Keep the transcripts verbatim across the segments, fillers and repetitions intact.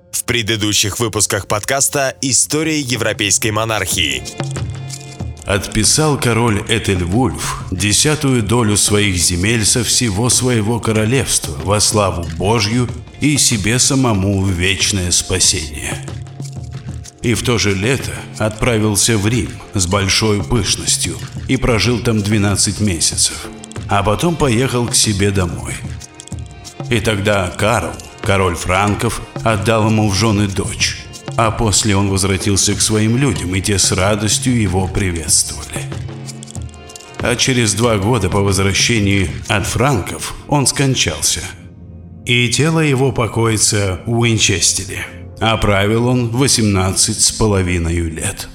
В предыдущих выпусках подкаста «История европейской монархии». Отписал король Этельвульф десятую долю своих земель со всего своего королевства во славу Божью и себе самому в вечное спасение. И в то же лето отправился в Рим с большой пышностью и прожил там двенадцать месяцев, а потом поехал к себе домой. И тогда Карл, король франков, отдал ему в жены дочь, а после он возвратился к своим людям, и те с радостью его приветствовали. А через два года по возвращении от франков он скончался, и тело его покоится в Уинчестере, а правил он восемнадцать с половиной лет.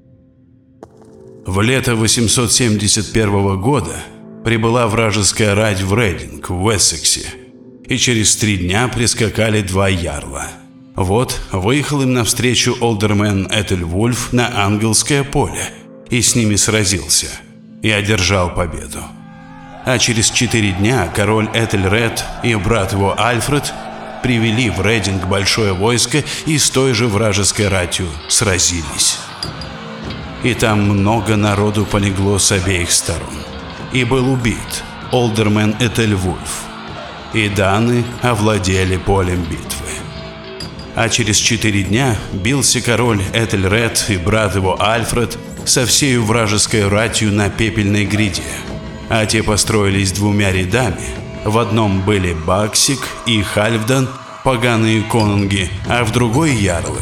В лето восемьсот семьдесят первого года прибыла вражеская рать в Рейдинг в Уэссексе, и через три дня прискакали два ярла. Вот выехал им навстречу олдермен Этельвульф на Англское поле и с ними сразился, и одержал победу. А через четыре дня король Этельред и брат его Альфред привели в Рейдинг большое войско и с той же вражеской ратью сразились. И там много народу полегло с обеих сторон, и был убит олдермен Этельвульф, и даны овладели полем битвы. А через четыре дня бился король Этельред и брат его Альфред со всею вражеской ратью на пепельной гряде, а те построились двумя рядами. В одном были Баксик и Хальфдан, поганые конунги, а в другой ярлы.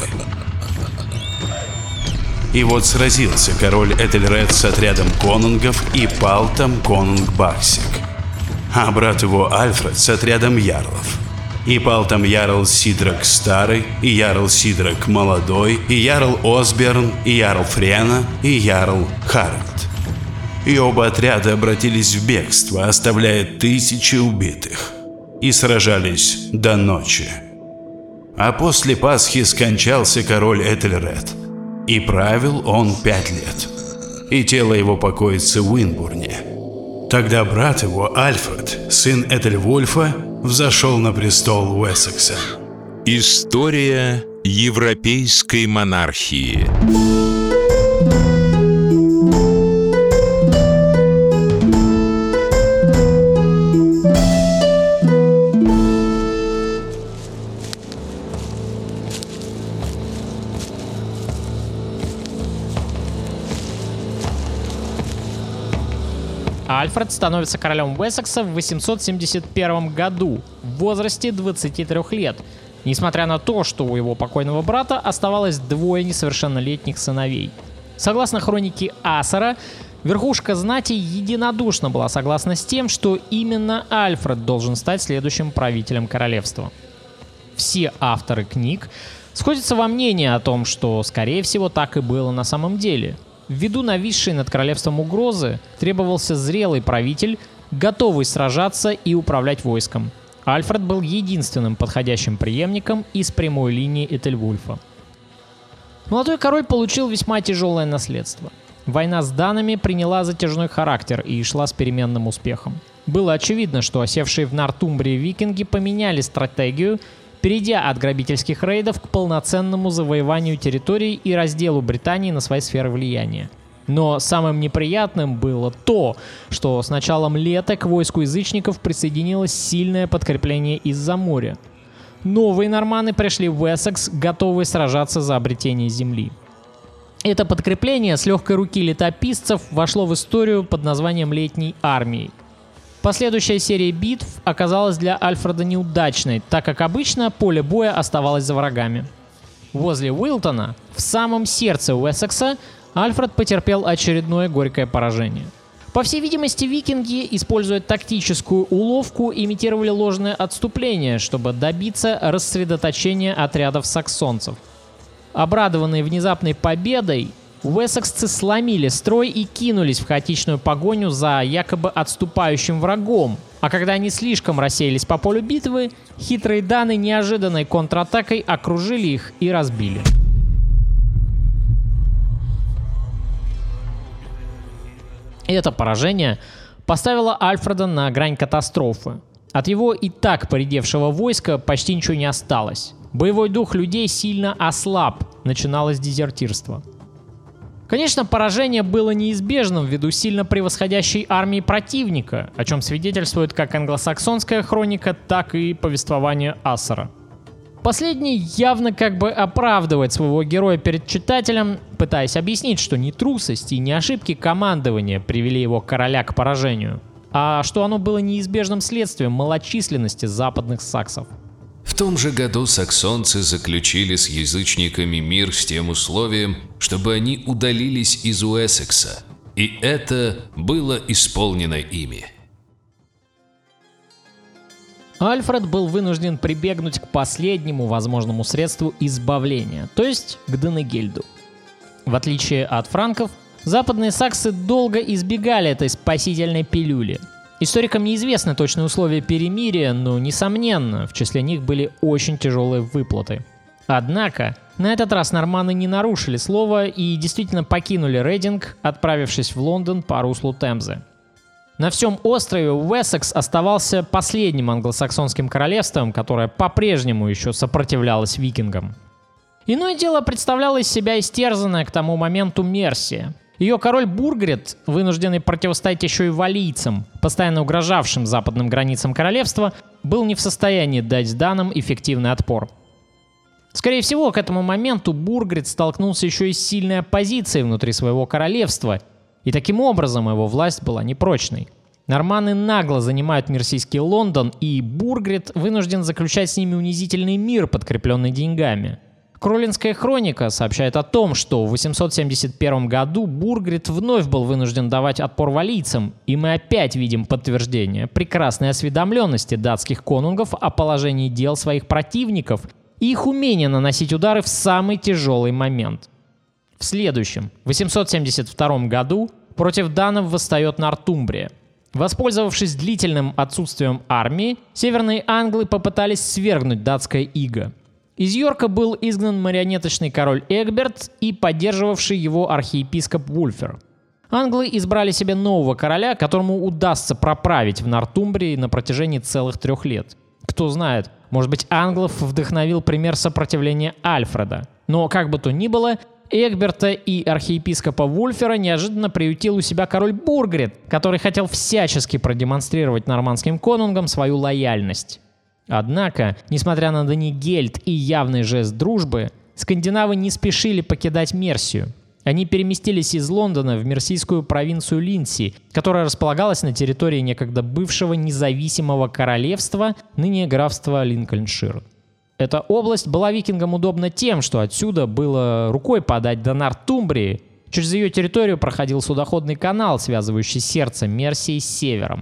И вот сразился король Этельред с отрядом конунгов, и пал там конунг Баксик, а брат его Альфред с отрядом ярлов. И пал там ярл Сидрак Старый, и ярл Сидрак Молодой, и ярл Осберн, и ярл Френа, и ярл Харальд. И оба отряда обратились в бегство, оставляя тысячи убитых, и сражались до ночи. А после Пасхи скончался король Этельред, и правил он пять лет, и тело его покоится в Уинбурне. Тогда брат его Альфред, сын Этельвульфа, взошел на престол Уэссекса. История европейской монархии. Альфред становится королем Уэссекса в восемьсот семьдесят первом году в возрасте двадцати трёх лет, несмотря на то, что у его покойного брата оставалось двое несовершеннолетних сыновей. Согласно хронике Асера, верхушка знати единодушно была согласна с тем, что именно Альфред должен стать следующим правителем королевства. Все авторы книг сходятся во мнении о том, что, скорее всего, так и было на самом деле. Ввиду нависшей над королевством угрозы требовался зрелый правитель, готовый сражаться и управлять войском. Альфред был единственным подходящим преемником из прямой линии Этельвульфа. Молодой король получил весьма тяжелое наследство. Война с данами приняла затяжной характер и шла с переменным успехом. Было очевидно, что осевшие в Нортумбрии викинги поменяли стратегию, перейдя от грабительских рейдов к полноценному завоеванию территорий и разделу Британии на свои сферы влияния. Но самым неприятным было то, что с началом лета к войску язычников присоединилось сильное подкрепление из-за моря. Новые норманы пришли в Уэссекс, готовые сражаться за обретение земли. Это подкрепление с легкой руки летописцев вошло в историю под названием «Летней армией». Последующая серия битв оказалась для Альфреда неудачной, так как обычно поле боя оставалось за врагами. Возле Уилтона, в самом сердце Уэссекса, Альфред потерпел очередное горькое поражение. По всей видимости, викинги, используя тактическую уловку, имитировали ложное отступление, чтобы добиться рассредоточения отрядов саксонцев. Обрадованные внезапной победой, уэссексцы сломили строй и кинулись в хаотичную погоню за якобы отступающим врагом. А когда они слишком рассеялись по полю битвы, хитрые даны неожиданной контратакой окружили их и разбили. Это поражение поставило Альфреда на грань катастрофы. От его и так поредевшего войска почти ничего не осталось. Боевой дух людей сильно ослаб, начиналось дезертирство. Конечно, поражение было неизбежным ввиду сильно превосходящей армии противника, о чем свидетельствует как англосаксонская хроника, так и повествование Ассера. Последний явно как бы оправдывает своего героя перед читателем, пытаясь объяснить, что не трусость и не ошибки командования привели его короля к поражению, а что оно было неизбежным следствием малочисленности западных саксов. В том же году саксонцы заключили с язычниками мир с тем условием, чтобы они удалились из Уэссекса, и это было исполнено ими. Альфред был вынужден прибегнуть к последнему возможному средству избавления, то есть к Данегельду. В отличие от франков, западные саксы долго избегали этой спасительной пилюли. Историкам неизвестны точные условия перемирия, но, несомненно, в числе них были очень тяжелые выплаты. Однако, на этот раз норманы не нарушили слова и действительно покинули Рейдинг, отправившись в Лондон по руслу Темзы. На всем острове Уэссекс оставался последним англосаксонским королевством, которое по-прежнему еще сопротивлялось викингам. Иное дело представляла из себя истерзанная к тому моменту Мерсия. Ее король Бургрид, вынужденный противостоять еще и валлийцам, постоянно угрожавшим западным границам королевства, был не в состоянии дать данным эффективный отпор. Скорее всего, к этому моменту Бургрид столкнулся еще и с сильной оппозицией внутри своего королевства, и таким образом его власть была непрочной. Норманы нагло занимают мерсийский Лондон, и Бургрид вынужден заключать с ними унизительный мир, подкрепленный деньгами. Кролинская хроника сообщает о том, что в восемьсот семьдесят первом году Бургрид вновь был вынужден давать отпор валлийцам, и мы опять видим подтверждение прекрасной осведомленности датских конунгов о положении дел своих противников и их умения наносить удары в самый тяжелый момент. В следующем, восемьсот семьдесят втором году, против данов восстает Нортумбрия. Воспользовавшись длительным отсутствием армии, северные англы попытались свергнуть датское иго. Из Йорка был изгнан марионеточный король Эгберт и поддерживавший его архиепископ Вульфер. Англы избрали себе нового короля, которому удастся проправить в Нортумбрии на протяжении целых трех лет. Кто знает, может быть, англов вдохновил пример сопротивления Альфреда. Но как бы то ни было, Эгберта и архиепископа Вульфера неожиданно приютил у себя король Бургрид, который хотел всячески продемонстрировать нормандским конунгам свою лояльность. Однако, несмотря на Данегельд и явный жест дружбы, скандинавы не спешили покидать Мерсию. Они переместились из Лондона в мерсийскую провинцию Линдси, которая располагалась на территории некогда бывшего независимого королевства, ныне графства Линкольншир. Эта область была викингам удобна тем, что отсюда было рукой подать до Нортумбрии. Через ее территорию проходил судоходный канал, связывающий сердце Мерсии с севером.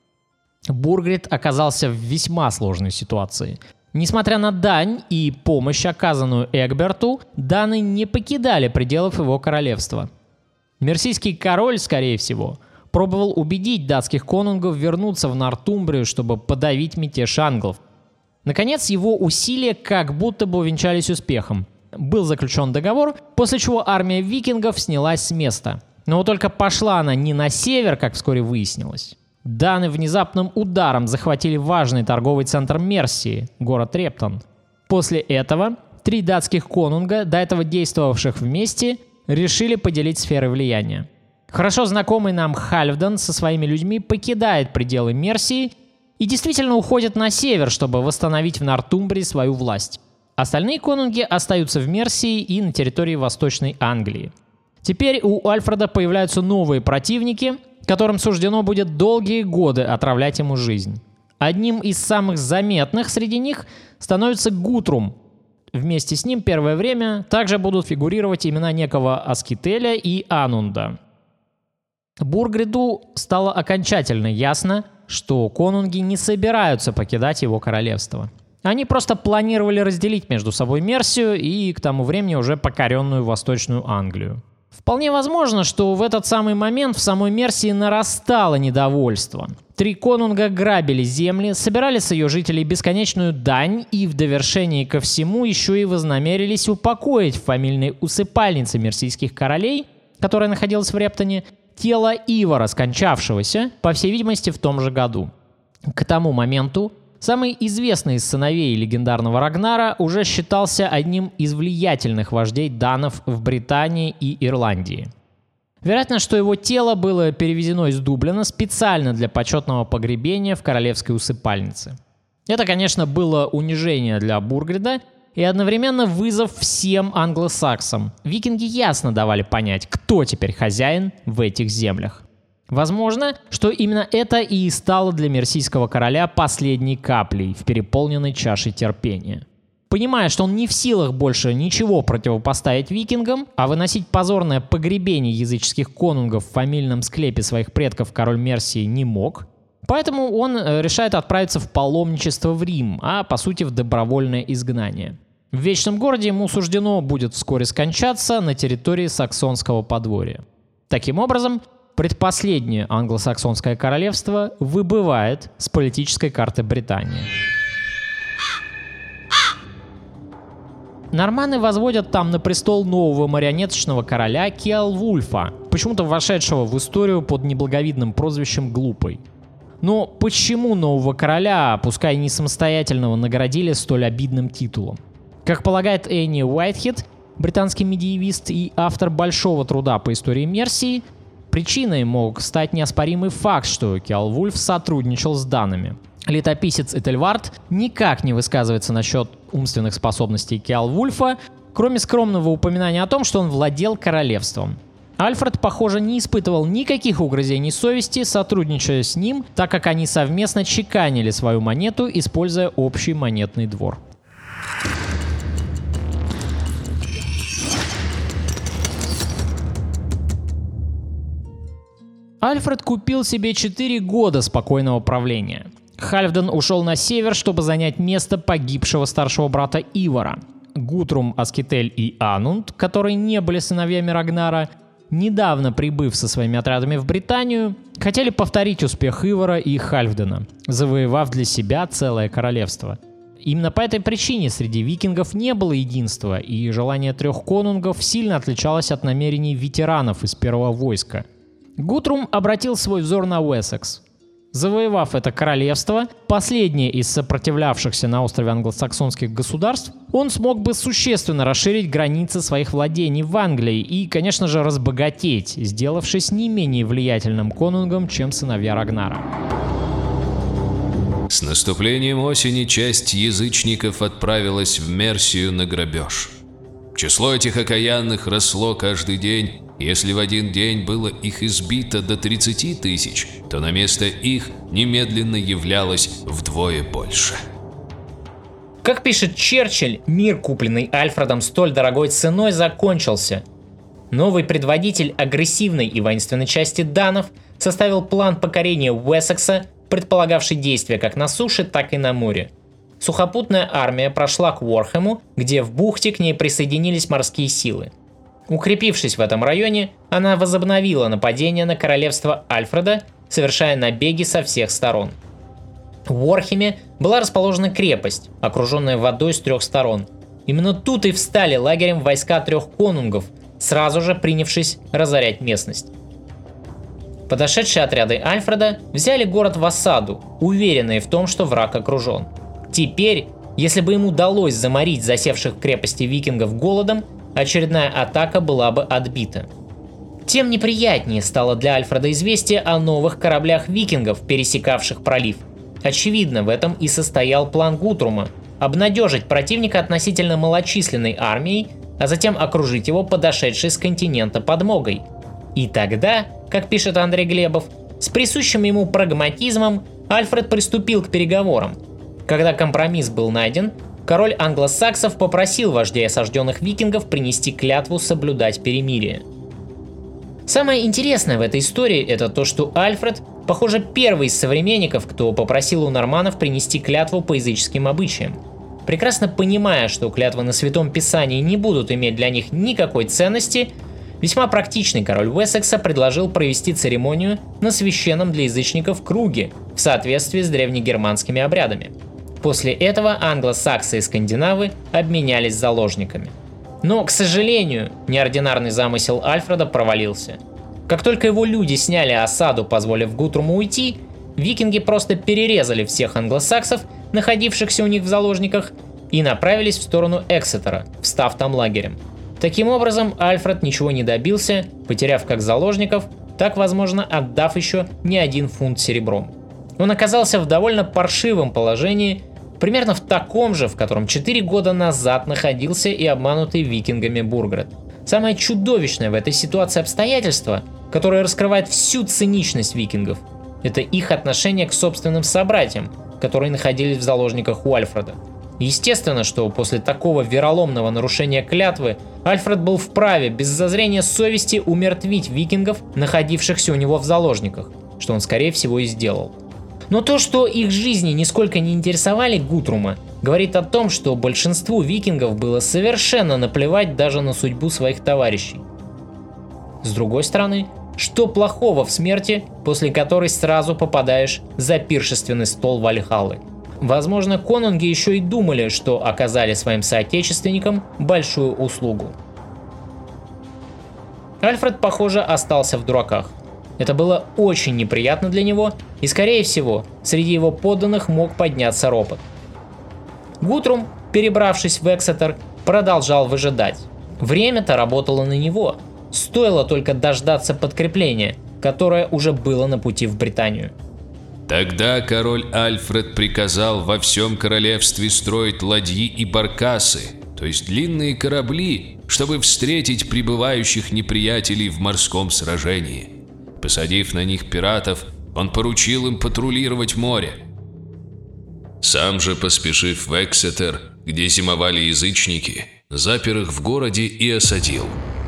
Бургрид оказался в весьма сложной ситуации. Несмотря на дань и помощь, оказанную Эгберту, даны не покидали пределов его королевства. Мерсийский король, скорее всего, пробовал убедить датских конунгов вернуться в Нортумбрию, чтобы подавить мятеж англов. Наконец, его усилия как будто бы увенчались успехом. Был заключен договор, после чего армия викингов снялась с места. Но вот только пошла она не на север, как вскоре выяснилось. Даны внезапным ударом захватили важный торговый центр Мерсии, город Рептон. После этого три датских конунга, до этого действовавших вместе, решили поделить сферы влияния. Хорошо знакомый нам Хальфдан со своими людьми покидает пределы Мерсии и действительно уходит на север, чтобы восстановить в Нортумбрии свою власть. Остальные конунги остаются в Мерсии и на территории Восточной Англии. Теперь у Альфреда появляются новые противники, которым суждено будет долгие годы отравлять ему жизнь. Одним из самых заметных среди них становится Гутрум. Вместе с ним первое время также будут фигурировать имена некого Аскителя и Анунда. Бургриду стало окончательно ясно, что конунги не собираются покидать его королевство. Они просто планировали разделить между собой Мерсию и к тому времени уже покоренную Восточную Англию. Вполне возможно, что в этот самый момент в самой Мерсии нарастало недовольство. Три конунга грабили земли, собирали с ее жителей бесконечную дань и в довершении ко всему еще и вознамерились упокоить в фамильной усыпальнице мерсийских королей, которая находилась в Рептоне, тело Ивара, скончавшегося, по всей видимости, в том же году. К тому моменту Самый известный из сыновей легендарного Рагнара уже считался одним из влиятельных вождей данов в Британии и Ирландии. Вероятно, что его тело было перевезено из Дублина специально для почетного погребения в королевской усыпальнице. Это, конечно, было унижение для Бургреда и одновременно вызов всем англосаксам. Викинги ясно давали понять, кто теперь хозяин в этих землях. Возможно, что именно это и стало для мерсийского короля последней каплей в переполненной чаше терпения. Понимая, что он не в силах больше ничего противопоставить викингам, а выносить позорное погребение языческих конунгов в фамильном склепе своих предков король Мерсии не мог, поэтому он решает отправиться в паломничество в Рим, а по сути в добровольное изгнание. В Вечном Городе ему суждено будет вскоре скончаться на территории саксонского подворья. Таким образом, предпоследнее англосаксонское королевство выбывает с политической карты Британии. Норманы возводят там на престол нового марионеточного короля Кеалвульфа, почему-то вошедшего в историю под неблаговидным прозвищем «Глупый». Но почему нового короля, пускай не самостоятельного, наградили столь обидным титулом? Как полагает Энни Уайтхед, британский медиевист и автор большого труда по истории Мерсии, причиной мог стать неоспоримый факт, что Кеалвульф сотрудничал с данами. Летописец Этельвард никак не высказывается насчет умственных способностей Кеалвульфа, кроме скромного упоминания о том, что он владел королевством. Альфред, похоже, не испытывал никаких угрызений совести, сотрудничая с ним, так как они совместно чеканили свою монету, используя общий монетный двор. Альфред купил себе четыре года спокойного правления. Хальфден ушел на север, чтобы занять место погибшего старшего брата Ивара. Гутрум, Аскитель и Анунд, которые не были сыновьями Рагнара, недавно прибыв со своими отрядами в Британию, хотели повторить успех Ивара и Хальфдена, завоевав для себя целое королевство. Именно по этой причине среди викингов не было единства, и желание трех конунгов сильно отличалось от намерений ветеранов из первого войска. Гутрум обратил свой взор на Уэссекс. Завоевав это королевство, последнее из сопротивлявшихся на острове англосаксонских государств, он смог бы существенно расширить границы своих владений в Англии и, конечно же, разбогатеть, сделавшись не менее влиятельным конунгом, чем сыновья Рагнара. С наступлением осени часть язычников отправилась в Мерсию на грабеж. Число этих окаянных росло каждый день. Если в один день было их избито до тридцати тысяч, то на место их немедленно являлось вдвое больше. Как пишет Черчилль, мир, купленный Альфредом столь дорогой ценой, закончился. Новый предводитель агрессивной и воинственной части данов составил план покорения Уэссекса, предполагавший действия как на суше, так и на море. Сухопутная армия прошла к Уорхэму, где в бухте к ней присоединились морские силы. Укрепившись в этом районе, она возобновила нападение на королевство Альфреда, совершая набеги со всех сторон. В Уорхеме была расположена крепость, окруженная водой с трех сторон. Именно тут и встали лагерем войска трех конунгов, сразу же принявшись разорять местность. Подошедшие отряды Альфреда взяли город в осаду, уверенные в том, что враг окружен. Теперь, если бы им удалось заморить засевших в крепости викингов голодом, очередная атака была бы отбита. Тем неприятнее стало для Альфреда известие о новых кораблях викингов, пересекавших пролив. Очевидно, в этом и состоял план Гутрума – обнадежить противника относительно малочисленной армией, а затем окружить его подошедшей с континента подмогой. И тогда, как пишет Андрей Глебов, с присущим ему прагматизмом Альфред приступил к переговорам. Когда компромисс был найден, король англосаксов попросил вождей осажденных викингов принести клятву соблюдать перемирие. Самое интересное в этой истории это то, что Альфред, похоже, первый из современников, кто попросил у норманнов принести клятву по языческим обычаям. Прекрасно понимая, что клятвы на Святом Писании не будут иметь для них никакой ценности, весьма практичный король Уэссекса предложил провести церемонию на священном для язычников круге в соответствии с древнегерманскими обрядами. После этого англосаксы и скандинавы обменялись заложниками. Но, к сожалению, неординарный замысел Альфреда провалился. Как только его люди сняли осаду, позволив Гутруму уйти, викинги просто перерезали всех англосаксов, находившихся у них в заложниках, и направились в сторону Эксетера, встав там лагерем. Таким образом, Альфред ничего не добился, потеряв как заложников, так, возможно, отдав еще не один фунт серебром. Он оказался в довольно паршивом положении, примерно в таком же, в котором четыре года назад находился и обманутый викингами Бургрет. Самое чудовищное в этой ситуации обстоятельство, которое раскрывает всю циничность викингов, это их отношение к собственным собратьям, которые находились в заложниках у Альфреда. Естественно, что после такого вероломного нарушения клятвы Альфред был вправе без зазрения совести умертвить викингов, находившихся у него в заложниках, что он скорее всего и сделал. Но то, что их жизни нисколько не интересовали Гутрума, говорит о том, что большинству викингов было совершенно наплевать даже на судьбу своих товарищей. С другой стороны, что плохого в смерти, после которой сразу попадаешь за пиршественный стол Вальхаллы? Возможно, конунги еще и думали, что оказали своим соотечественникам большую услугу. Альфред, похоже, остался в дураках. Это было очень неприятно для него, и, скорее всего, среди его подданных мог подняться ропот. Гутрум, перебравшись в Эксетер, продолжал выжидать. Время-то работало на него. Стоило только дождаться подкрепления, которое уже было на пути в Британию. Тогда король Альфред приказал во всем королевстве строить ладьи и баркасы, то есть длинные корабли, чтобы встретить прибывающих неприятелей в морском сражении. Посадив на них пиратов, он поручил им патрулировать море. Сам же, поспешив в Эксетер, где зимовали язычники, запер их в городе и осадил.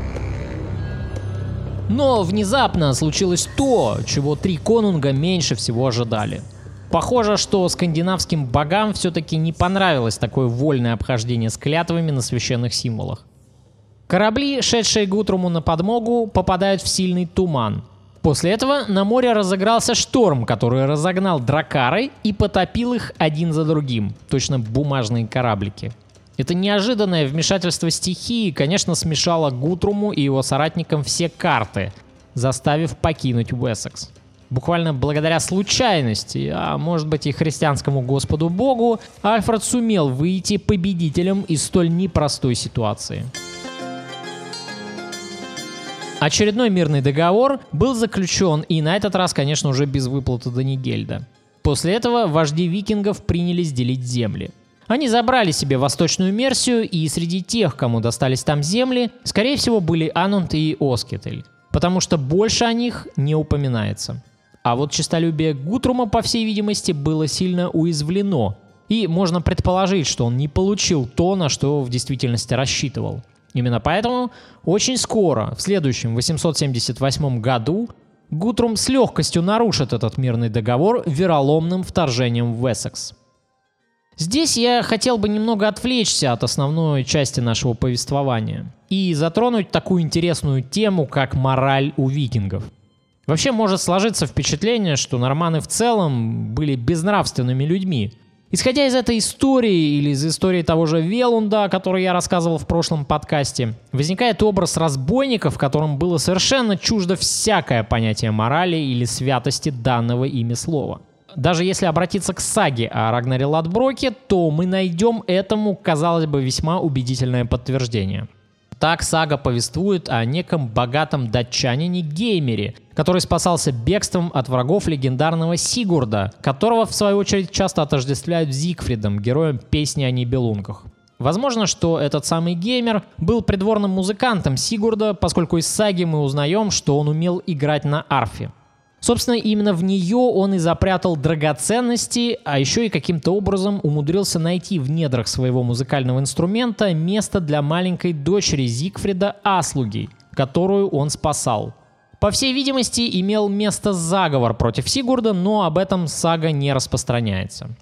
Но внезапно случилось то, чего три конунга меньше всего ожидали. Похоже, что скандинавским богам все-таки не понравилось такое вольное обхождение с клятвами на священных символах. Корабли, шедшие Гутруму на подмогу, попадают в сильный туман. После этого на море разыгрался шторм, который разогнал дракары и потопил их один за другим, точно бумажные кораблики. Это неожиданное вмешательство стихии, конечно, смешало Гутруму и его соратникам все карты, заставив покинуть Уэссекс. Буквально благодаря случайности, а может быть и христианскому Господу Богу, Альфред сумел выйти победителем из столь непростой ситуации. Очередной мирный договор был заключен, и на этот раз, конечно, уже без выплаты Данигельда. После этого вожди викингов принялись делить земли. Они забрали себе Восточную Мерсию, и среди тех, кому достались там земли, скорее всего, были Анунд и Оскетель, потому что больше о них не упоминается. А вот честолюбие Гутрума, по всей видимости, было сильно уязвлено, и можно предположить, что он не получил то, на что в действительности рассчитывал. Именно поэтому очень скоро, в следующем восемьсот семьдесят восьмом году, Гутрум с легкостью нарушит этот мирный договор вероломным вторжением в Уэссекс. Здесь я хотел бы немного отвлечься от основной части нашего повествования и затронуть такую интересную тему, как мораль у викингов. Вообще может сложиться впечатление, что норманы в целом были безнравственными людьми. Исходя из этой истории или из истории того же Велунда, о которой я рассказывал в прошлом подкасте, возникает образ разбойников, которым было совершенно чуждо всякое понятие морали или святости данного ими слова. Даже если обратиться к саге о Рагнаре Лодброке, то мы найдем этому, казалось бы, весьма убедительное подтверждение. Так сага повествует о неком богатом датчанине Геймере, который спасался бегством от врагов легендарного Сигурда, которого в свою очередь часто отождествляют с Зигфридом, героем песни о Нибелунгах. Возможно, что этот самый Геймер был придворным музыкантом Сигурда, поскольку из саги мы узнаем, что он умел играть на арфе. Собственно, именно в нее он и запрятал драгоценности, а еще и каким-то образом умудрился найти в недрах своего музыкального инструмента место для маленькой дочери Зигфрида Аслуги, которую он спасал. По всей видимости, имел место заговор против Сигурда, но об этом сага не распространяется.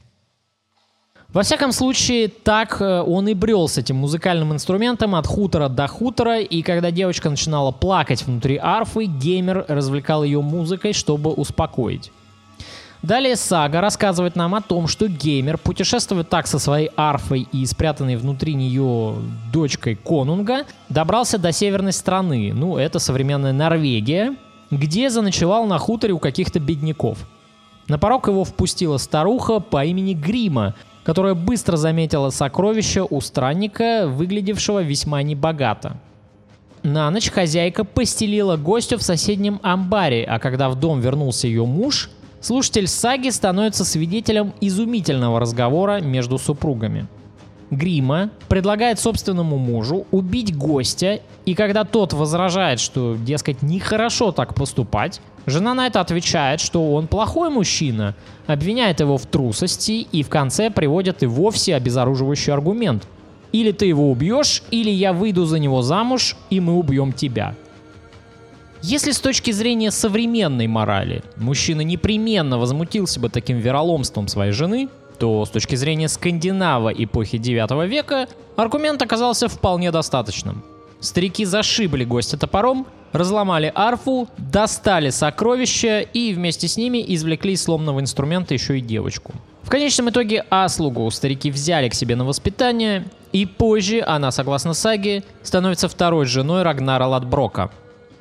Во всяком случае, так он и брел с этим музыкальным инструментом от хутора до хутора, и когда девочка начинала плакать внутри арфы, Геймер развлекал ее музыкой, чтобы успокоить. Далее сага рассказывает нам о том, что Геймер, путешествуя так со своей арфой и спрятанной внутри нее дочкой конунга, добрался до северной страны, ну это современная Норвегия, где заночевал на хуторе у каких-то бедняков. На порог его впустила старуха по имени Грима, которая быстро заметила сокровища у странника, выглядевшего весьма небогато. На ночь хозяйка постелила гостю в соседнем амбаре, а когда в дом вернулся ее муж, слушатель саги становится свидетелем изумительного разговора между супругами. Грима предлагает собственному мужу убить гостя, и когда тот возражает, что, дескать, нехорошо так поступать, жена на это отвечает, что он плохой мужчина, обвиняет его в трусости и в конце приводит и вовсе обезоруживающий аргумент: или ты его убьешь, или я выйду за него замуж, и мы убьем тебя. Если с точки зрения современной морали мужчина непременно возмутился бы таким вероломством своей жены, то с точки зрения скандинава эпохи девятого века аргумент оказался вполне достаточным. Старики зашибли гостя топором, разломали арфу, достали сокровища и вместе с ними извлекли из сломанного инструмента еще и девочку. В конечном итоге Аслугу старики взяли к себе на воспитание, и позже она, согласно саге, становится второй женой Рагнара Лодброка.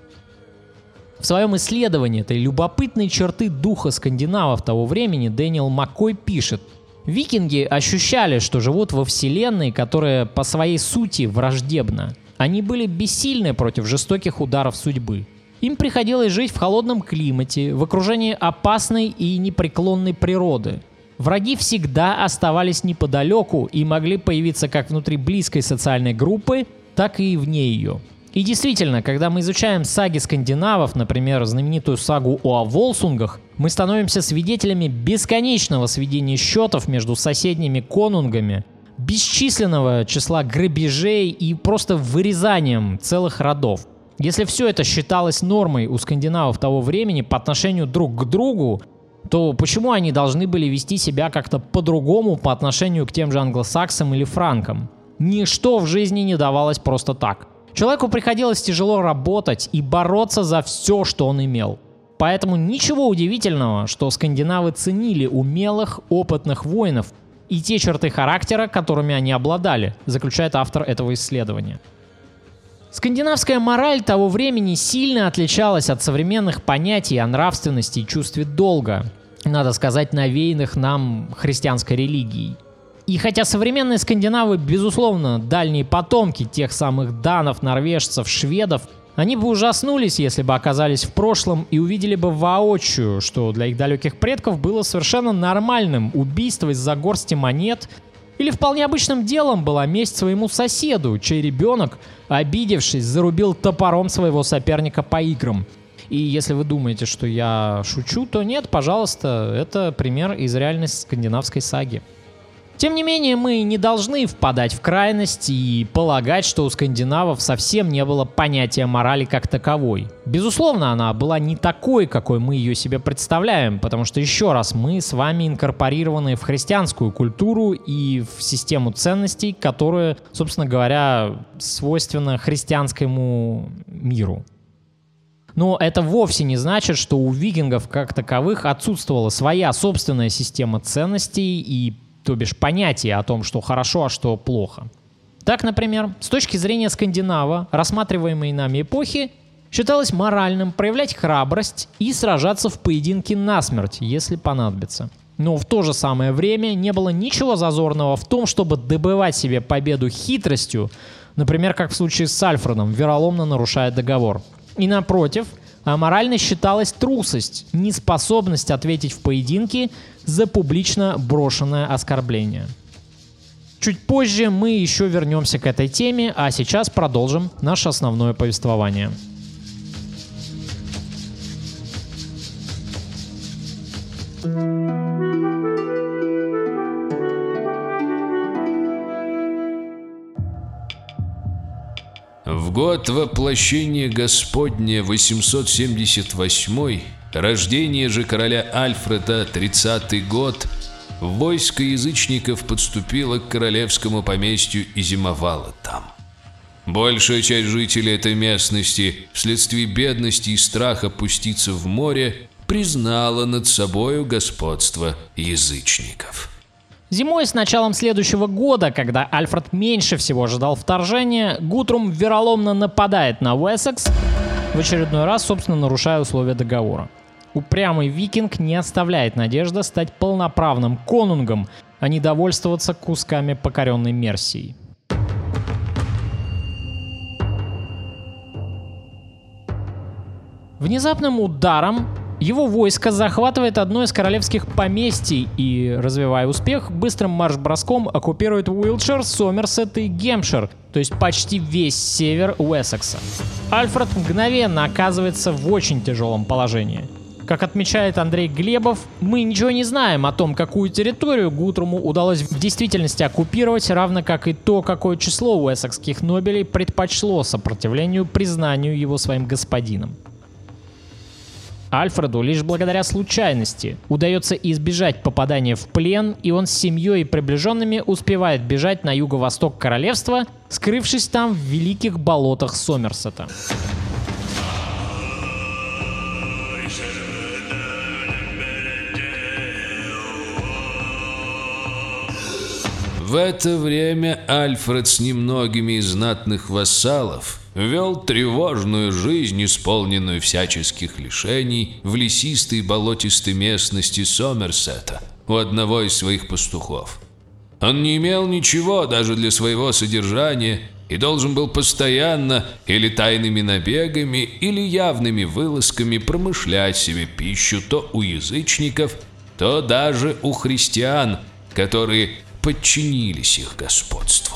В своем исследовании этой любопытной черты духа скандинавов того времени Дэниел Маккой пишет: «Викинги ощущали, что живут во вселенной, которая по своей сути враждебна. Они были бессильны против жестоких ударов судьбы. Им приходилось жить в холодном климате, в окружении опасной и непреклонной природы. Враги всегда оставались неподалеку и могли появиться как внутри близкой социальной группы, так и вне ее». И действительно, когда мы изучаем саги скандинавов, например, знаменитую сагу о Волсунгах, мы становимся свидетелями бесконечного сведения счетов между соседними конунгами, бесчисленного числа грабежей и просто вырезанием целых родов. Если все это считалось нормой у скандинавов того времени по отношению друг к другу, то почему они должны были вести себя как-то по-другому по отношению к тем же англосаксам или франкам? Ничто в жизни не давалось просто так. Человеку приходилось тяжело работать и бороться за все, что он имел. Поэтому ничего удивительного, что скандинавы ценили умелых, опытных воинов и те черты характера, которыми они обладали, заключает автор этого исследования. Скандинавская мораль того времени сильно отличалась от современных понятий о нравственности и чувстве долга, надо сказать, навеянных нам христианской религией. И хотя современные скандинавы, безусловно, дальние потомки тех самых данов, норвежцев, шведов, они бы ужаснулись, если бы оказались в прошлом и увидели бы воочию, что для их далеких предков было совершенно нормальным убийство из-за горсти монет, или вполне обычным делом была месть своему соседу, чей ребенок, обидевшись, зарубил топором своего соперника по играм. И если вы думаете, что я шучу, то нет, пожалуйста, это пример из реальной скандинавской саги. Тем не менее, мы не должны впадать в крайность и полагать, что у скандинавов совсем не было понятия морали как таковой. Безусловно, она была не такой, какой мы ее себе представляем, потому что, еще раз, мы с вами инкорпорированы в христианскую культуру и в систему ценностей, которая, собственно говоря, свойственна христианскому миру. Но это вовсе не значит, что у викингов как таковых отсутствовала своя собственная система ценностей и, то бишь, понятие о том, что хорошо, а что плохо. Так, например, с точки зрения скандинава, рассматриваемой нами эпохи, считалось моральным проявлять храбрость и сражаться в поединке насмерть, если понадобится. Но в то же самое время не было ничего зазорного в том, чтобы добывать себе победу хитростью, например, как в случае с Альфредом, вероломно нарушая договор. И напротив, аморальной считалась трусость, неспособность ответить в поединке за публично брошенное оскорбление. Чуть позже мы еще вернемся к этой теме, а сейчас продолжим наше основное повествование. В год воплощения Господня восемьсот семьдесят восьмой, рождение же короля Альфреда тридцатый год, войско язычников подступило к королевскому поместью и зимовало там. Большая часть жителей этой местности, вследствие бедности и страха пуститься в море, признала над собою господство язычников. Зимой с началом следующего года, когда Альфред меньше всего ожидал вторжения, Гутрум вероломно нападает на Уэссекс, в очередной раз, собственно, нарушая условия договора. Упрямый викинг не оставляет надежды стать полноправным конунгом а не довольствоваться кусками покоренной Мерсии. Внезапным ударом его войско захватывает одно из королевских поместий и, развивая успех, быстрым марш-броском оккупирует Уилтшир, Сомерсет и Гемпшир, то есть почти весь север Уэссекса. Альфред мгновенно оказывается в очень тяжелом положении. Как отмечает Андрей Глебов, мы ничего не знаем о том, какую территорию Гутруму удалось в действительности оккупировать, равно как и то, какое число уэссекских нобелей предпочло сопротивлению признанию его своим господином. Альфреду лишь благодаря случайности удается избежать попадания в плен, и он с семьей и приближенными успевает бежать на юго-восток королевства, скрывшись там в великих болотах Сомерсета. В это время Альфред с немногими из знатных вассалов вел тревожную жизнь, исполненную всяческих лишений, в лесистой болотистой местности Сомерсета у одного из своих пастухов. Он не имел ничего даже для своего содержания и должен был постоянно или тайными набегами, или явными вылазками промышлять себе пищу то у язычников, то даже у христиан, которые подчинились их господству.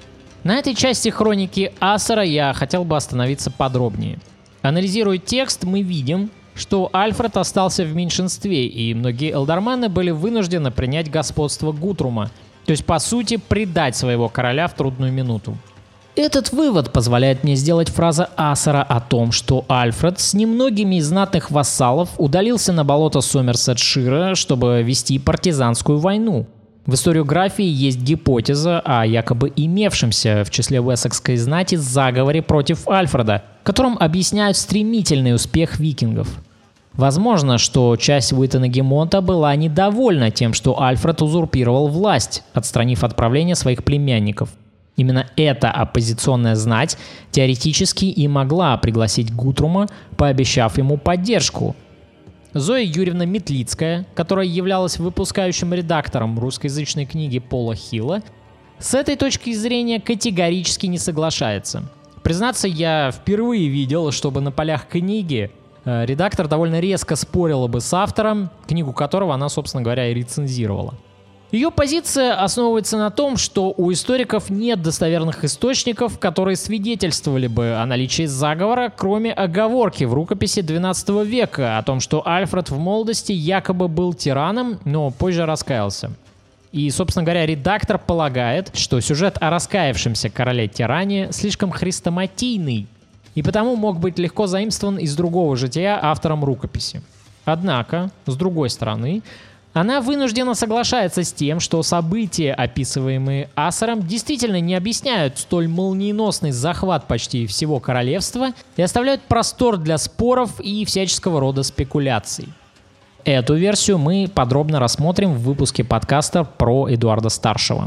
На этой части хроники Асера я хотел бы остановиться подробнее. Анализируя текст, мы видим, что Альфред остался в меньшинстве, и многие элдормены были вынуждены принять господство Гутрума, то есть, по сути, предать своего короля в трудную минуту. Этот вывод позволяет мне сделать фраза Асера о том, что Альфред с немногими из знатных вассалов удалился на болото Сомерсетшира, чтобы вести партизанскую войну. В историографии есть гипотеза о якобы имевшемся в числе уэссекской знати заговоре против Альфреда, которым объясняют стремительный успех викингов. Возможно, что часть Уиттена-Гемонта была недовольна тем, что Альфред узурпировал власть, отстранив от правления своих племянников. Именно эта оппозиционная знать теоретически и могла пригласить Гутрума, пообещав ему поддержку. Зоя Юрьевна Метлицкая, которая являлась выпускающим редактором русскоязычной книги Пола Хилла, с этой точки зрения категорически не соглашается. Признаться, я впервые видел, чтобы на полях книги э, редактор довольно резко спорила бы с автором, книгу которого она, собственно говоря, и рецензировала. Ее позиция основывается на том, что у историков нет достоверных источников, которые свидетельствовали бы о наличии заговора, кроме оговорки в рукописи двенадцатого века о том, что Альфред в молодости якобы был тираном, но позже раскаялся. И, собственно говоря, редактор полагает, что сюжет о раскаявшемся короле-тиране слишком хрестоматийный, и потому мог быть легко заимствован из другого жития автором рукописи. Однако, с другой стороны, она вынуждена соглашаться с тем, что события, описываемые Асером, действительно не объясняют столь молниеносный захват почти всего королевства и оставляют простор для споров и всяческого рода спекуляций. Эту версию мы подробно рассмотрим в выпуске подкаста про Эдуарда Старшего.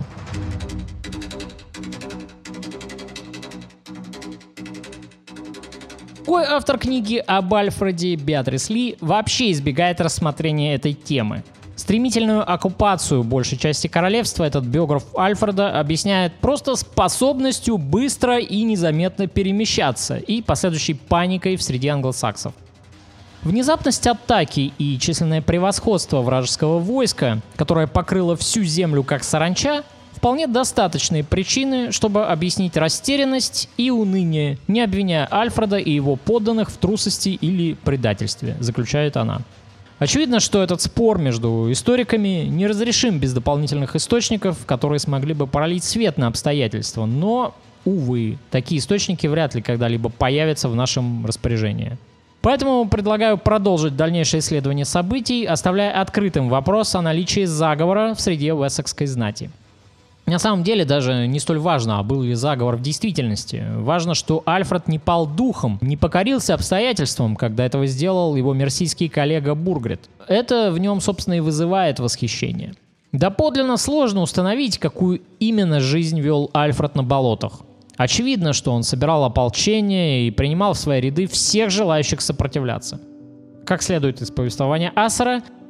Другой автор книги об Альфреде, Беатрис Ли, вообще избегает рассмотрения этой темы. Стремительную оккупацию большей части королевства этот биограф Альфреда объясняет просто способностью быстро и незаметно перемещаться и последующей паникой в среде англосаксов. Внезапность атаки и численное превосходство вражеского войска, которое покрыло всю землю как саранча, вполне достаточные причины, чтобы объяснить растерянность и уныние, не обвиняя Альфреда и его подданных в трусости или предательстве, заключает она. Очевидно, что этот спор между историками неразрешим без дополнительных источников, которые смогли бы пролить свет на обстоятельства, но, увы, такие источники вряд ли когда-либо появятся в нашем распоряжении. Поэтому предлагаю продолжить дальнейшее исследование событий, оставляя открытым вопрос о наличии заговора в среде уэссекской знати. На самом деле даже не столь важно, а был ли заговор в действительности. Важно, что Альфред не пал духом, не покорился обстоятельствам, когда этого сделал его мерсийский коллега Бургрид. Это в нем, собственно, и вызывает восхищение. Доподлинно сложно установить, какую именно жизнь вел Альфред на болотах. Очевидно, что он собирал ополчение и принимал в свои ряды всех желающих сопротивляться. Как следует из повествования Асера,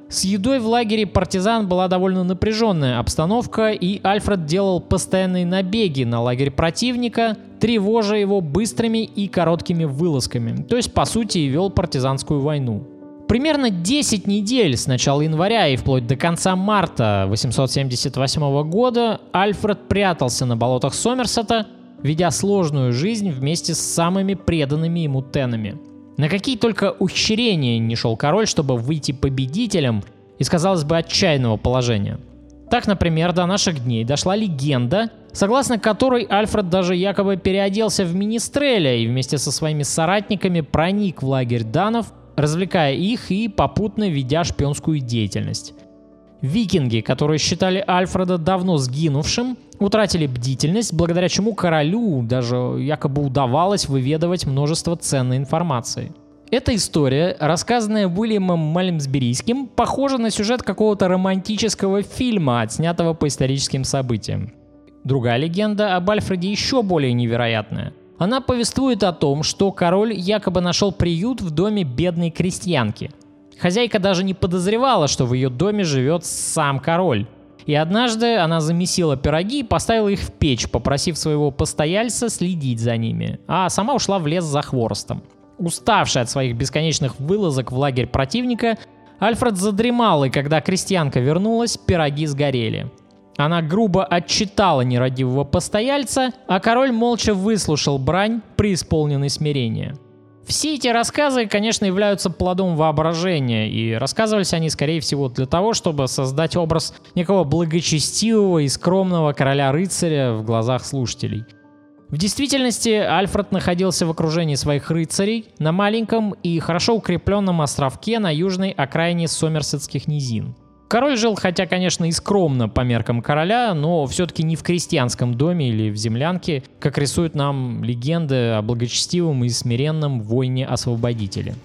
С едой в лагере партизан была довольно напряженная обстановка, и Альфред делал постоянные набеги на лагерь противника, тревожа его быстрыми и короткими вылазками, то есть по сути и вел партизанскую войну. Примерно десять недель с начала января и вплоть до конца марта восемьсот семьдесят восьмого года Альфред прятался на болотах Сомерсета, ведя сложную жизнь вместе с самыми преданными ему тенами. На какие только ухищрения не шел король, чтобы выйти победителем из, казалось бы, отчаянного положения. Так, например, до наших дней дошла легенда, согласно которой Альфред даже якобы переоделся в министреля и вместе со своими соратниками проник в лагерь данов, развлекая их и попутно ведя шпионскую деятельность. Викинги, которые считали Альфреда давно сгинувшим, утратили бдительность, благодаря чему королю даже якобы удавалось выведывать множество ценной информации. Эта история, рассказанная Уильямом Мальмсберийским, похожа на сюжет какого-то романтического фильма, отснятого по историческим событиям. Другая легенда об Альфреде еще более невероятная. Она повествует о том, что король якобы нашел приют в доме бедной крестьянки. Хозяйка даже не подозревала, что в ее доме живет сам король. И однажды она замесила пироги и поставила их в печь, попросив своего постояльца следить за ними, а сама ушла в лес за хворостом. Уставший от своих бесконечных вылазок в лагерь противника, Альфред задремал, и когда крестьянка вернулась, пироги сгорели. Она грубо отчитала нерадивого постояльца, а король молча выслушал брань, преисполненный смирения. Все эти рассказы, конечно, являются плодом воображения, и рассказывались они, скорее всего, для того, чтобы создать образ некого благочестивого и скромного короля-рыцаря в глазах слушателей. В действительности Альфред находился в окружении своих рыцарей на маленьком и хорошо укрепленном островке на южной окраине Сомерсетских низин. Король жил, хотя, конечно, и скромно по меркам короля, но все-таки не в крестьянском доме или в землянке, как рисуют нам легенды о благочестивом и смиренном воине-освободителе.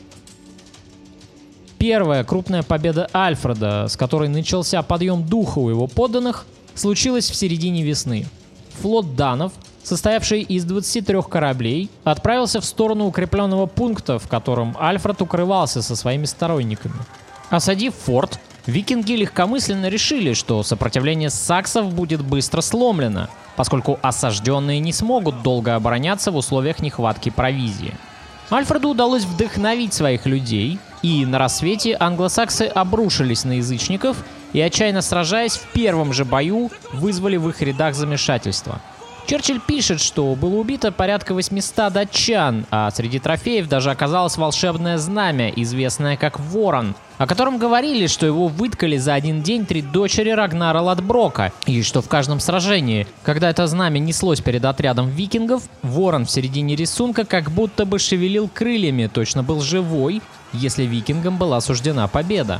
Первая крупная победа Альфреда, с которой начался подъем духа у его подданных, случилась в середине весны. Флот данов, состоявший из двадцати трёх кораблей, отправился в сторону укрепленного пункта, в котором Альфред укрывался со своими сторонниками. Осадив форт, викинги легкомысленно решили, что сопротивление саксов будет быстро сломлено, поскольку осажденные не смогут долго обороняться в условиях нехватки провизии. Альфреду удалось вдохновить своих людей, и на рассвете англосаксы обрушились на язычников и, отчаянно сражаясь, в первом же бою вызвали в их рядах замешательство. Черчилль пишет, что было убито порядка восьмисот датчан, а среди трофеев даже оказалось волшебное знамя, известное как Ворон, о котором говорили, что его выткали за один день три дочери Рагнара Лодброка, и что в каждом сражении, когда это знамя неслось перед отрядом викингов, Ворон в середине рисунка как будто бы шевелил крыльями, точно был живой, если викингам была суждена победа.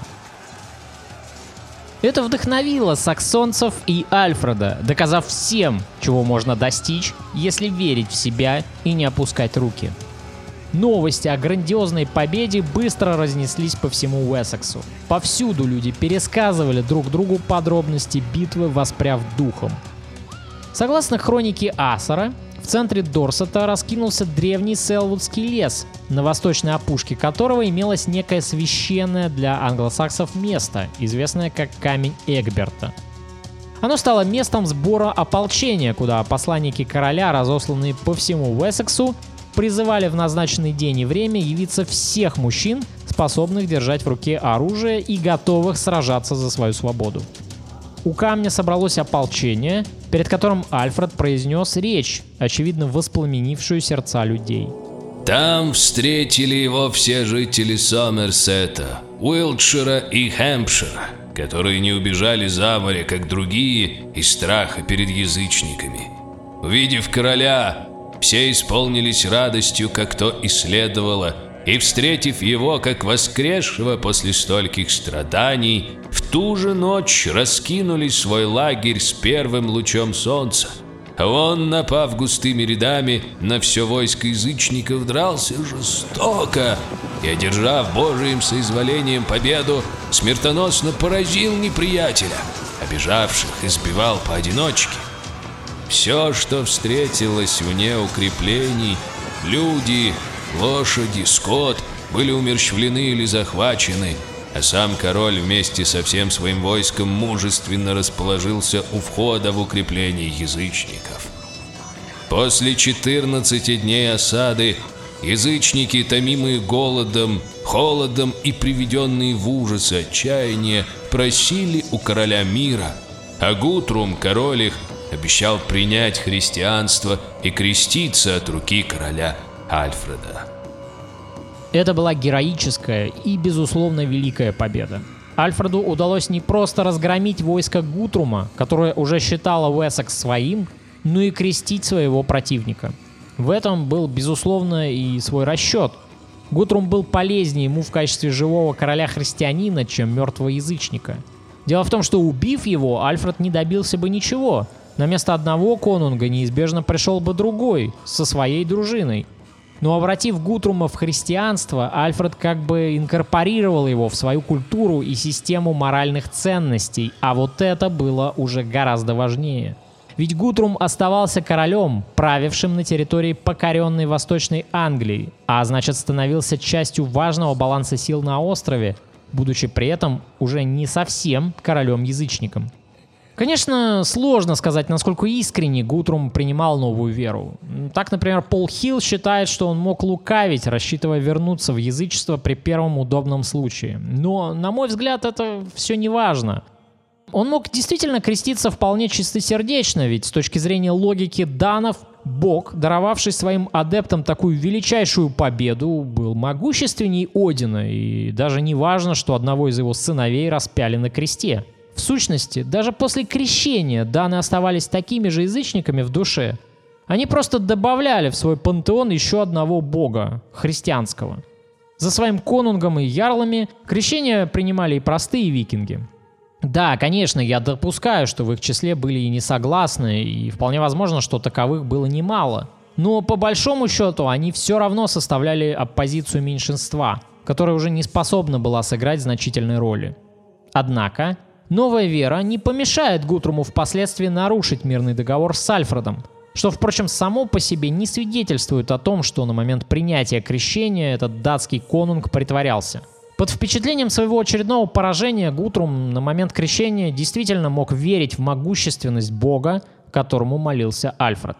Это вдохновило саксонцев и Альфреда, доказав всем, чего можно достичь, если верить в себя и не опускать руки. Новости о грандиозной победе быстро разнеслись по всему Уэссексу. Повсюду люди пересказывали друг другу подробности битвы, воспряв духом. Согласно хронике Асора, в центре Дорсета раскинулся древний Селвудский лес, на восточной опушке которого имелось некое священное для англосаксов место, известное как Камень Эгберта. Оно стало местом сбора ополчения, куда посланники короля, разосланные по всему Уэссексу, призывали в назначенный день и время явиться всех мужчин, способных держать в руке оружие и готовых сражаться за свою свободу. У камня собралось ополчение, перед которым Альфред произнес речь, очевидно воспламенившую сердца людей. Там встретили его все жители Сомерсета, Уилтшира и Хэмпшира, которые не убежали за море, как другие, из страха перед язычниками. Увидев короля, все исполнились радостью, как то и следовало, и, встретив его, как воскресшего после стольких страданий, в ту же ночь раскинули свой лагерь с первым лучом солнца. А он, напав густыми рядами на все войско язычников, дрался жестоко и, одержав Божиим соизволением победу, смертоносно поразил неприятеля, обежавших избивал поодиночке. Все, что встретилось вне укреплений, люди, лошади, скот, были умерщвлены или захвачены, а сам король вместе со всем своим войском мужественно расположился у входа в укрепление язычников. После четырнадцати дней осады язычники, томимые голодом, холодом и приведенные в ужас и отчаяние, просили у короля мира, а Гутрум, король их, обещал принять христианство и креститься от руки короля Альфреда. Это была героическая и, безусловно, великая победа. Альфреду удалось не просто разгромить войско Гутрума, которое уже считало Уэссекс своим, но и крестить своего противника. В этом был, безусловно, и свой расчет. Гутрум был полезнее ему в качестве живого короля-христианина, чем мертвого язычника. Дело в том, что убив его, Альфред не добился бы ничего. На место одного конунга неизбежно пришел бы другой, со своей дружиной. Но обратив Гутрума в христианство, Альфред как бы инкорпорировал его в свою культуру и систему моральных ценностей, а вот это было уже гораздо важнее. Ведь Гутрум оставался королем, правившим на территории покоренной Восточной Англии, а значит становился частью важного баланса сил на острове, будучи при этом уже не совсем королем-язычником. Конечно, сложно сказать, насколько искренне Гутрум принимал новую веру. Так, например, Пол Хилл считает, что он мог лукавить, рассчитывая вернуться в язычество при первом удобном случае. Но, на мой взгляд, это все не важно. Он мог действительно креститься вполне чистосердечно, ведь с точки зрения логики данов, Бог, даровавший своим адептам такую величайшую победу, был могущественней Одина, и даже не важно, что одного из его сыновей распяли на кресте. В сущности, даже после крещения даны оставались такими же язычниками в душе. Они просто добавляли в свой пантеон еще одного бога, христианского. За своим конунгом и ярлами крещение принимали и простые викинги. Да, конечно, я допускаю, что в их числе были и несогласные, и вполне возможно, что таковых было немало. Но по большому счету они все равно составляли оппозицию меньшинства, которая уже не способна была сыграть значительной роли. Однако, новая вера не помешает Гутруму впоследствии нарушить мирный договор с Альфредом, что, впрочем, само по себе не свидетельствует о том, что на момент принятия крещения этот датский конунг притворялся. Под впечатлением своего очередного поражения Гутрум на момент крещения действительно мог верить в могущественность бога, которому молился Альфред.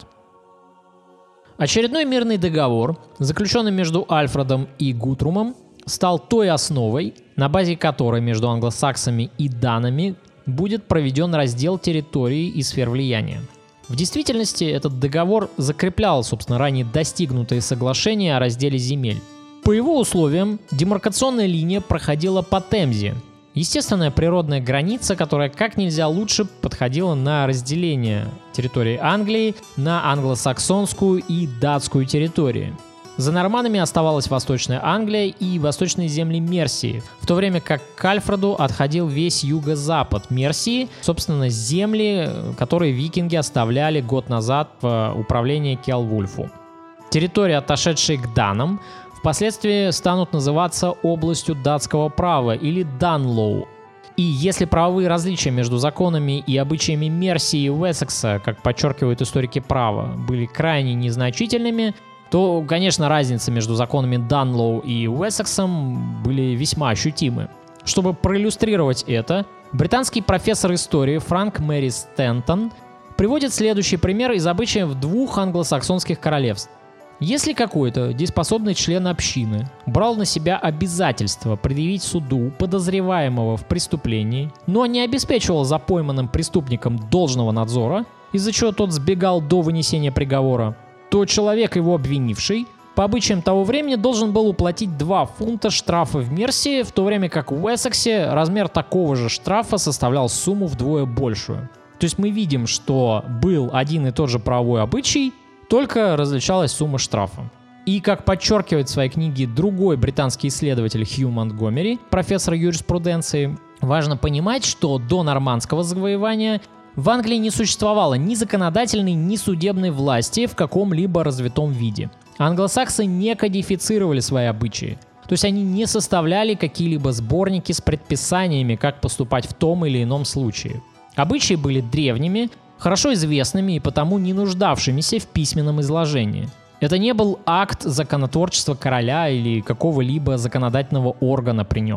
Очередной мирный договор, заключенный между Альфредом и Гутрумом, стал той основой, на базе которой между англосаксами и данами будет проведен раздел территории и сфер влияния. В действительности этот договор закреплял, собственно, ранее достигнутые соглашения о разделе земель. По его условиям, демаркационная линия проходила по Темзе, естественная природная граница, которая как нельзя лучше подходила на разделение территории Англии на англосаксонскую и датскую территории. За норманнами оставалась Восточная Англия и восточные земли Мерсии, в то время как к Альфреду отходил весь юго-запад Мерсии, собственно, земли, которые викинги оставляли год назад в управление Кеолвульфу. Территории, отошедшие к данам, впоследствии станут называться областью датского права или Данлоу. И если правовые различия между законами и обычаями Мерсии и Уэссекса, как подчеркивают историки права, были крайне незначительными, то, конечно, разницы между законами Данлоу и Уэссексом были весьма ощутимы. Чтобы проиллюстрировать это, британский профессор истории Франк Мэри Стентон приводит следующий пример из обычаев двух англосаксонских королевств. Если какой-то дееспособный член общины брал на себя обязательство предъявить суду подозреваемого в преступлении, но не обеспечивал за пойманным преступником должного надзора, из-за чего тот сбегал до вынесения приговора, то человек, его обвинивший, по обычаям того времени должен был уплатить два фунта штрафа в Мерсии, в то время как в Уэссексе размер такого же штрафа составлял сумму вдвое большую. То есть мы видим, что был один и тот же правовой обычай, только различалась сумма штрафа. И, как подчеркивает в своей книге другой британский исследователь Хью Монтгомери, профессор юриспруденции, важно понимать, что до нормандского завоевания в Англии не существовало ни законодательной, ни судебной власти в каком-либо развитом виде. Англосаксы не кодифицировали свои обычаи. То есть они не составляли какие-либо сборники с предписаниями, как поступать в том или ином случае. Обычаи были древними, хорошо известными и потому не нуждавшимися в письменном изложении. Это не был акт законотворчества короля или какого-либо законодательного органа при нем.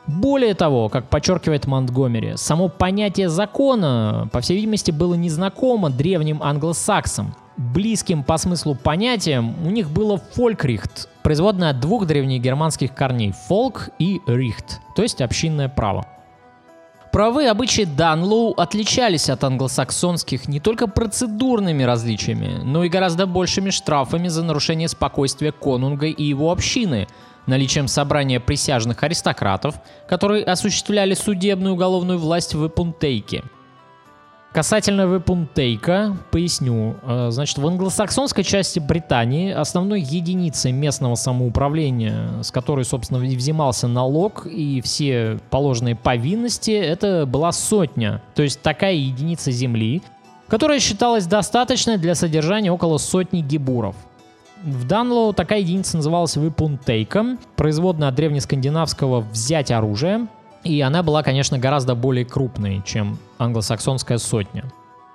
Более того, как подчеркивает Монтгомери, само понятие закона, по всей видимости, было незнакомо древним англосаксам. Близким по смыслу понятием у них было фолькрихт, производное от двух древнегерманских корней – фолк и рихт, то есть общинное право. Правовые обычаи Данлоу отличались от англосаксонских не только процедурными различиями, но и гораздо большими штрафами за нарушение спокойствия конунга и его общины, наличием собрания присяжных аристократов, которые осуществляли судебную уголовную власть в Эпунтейке. Касательно Вепунтейка, поясню. Значит, в англосаксонской части Британии основной единицей местного самоуправления, с которой, собственно, взимался налог и все положенные повинности, это была сотня. То есть такая единица земли, которая считалась достаточной для содержания около сотни гибуров. В Данлоу такая единица называлась Вепунтейком, производная от древнескандинавского «взять оружие», и она была, конечно, гораздо более крупной, чем англосаксонская сотня.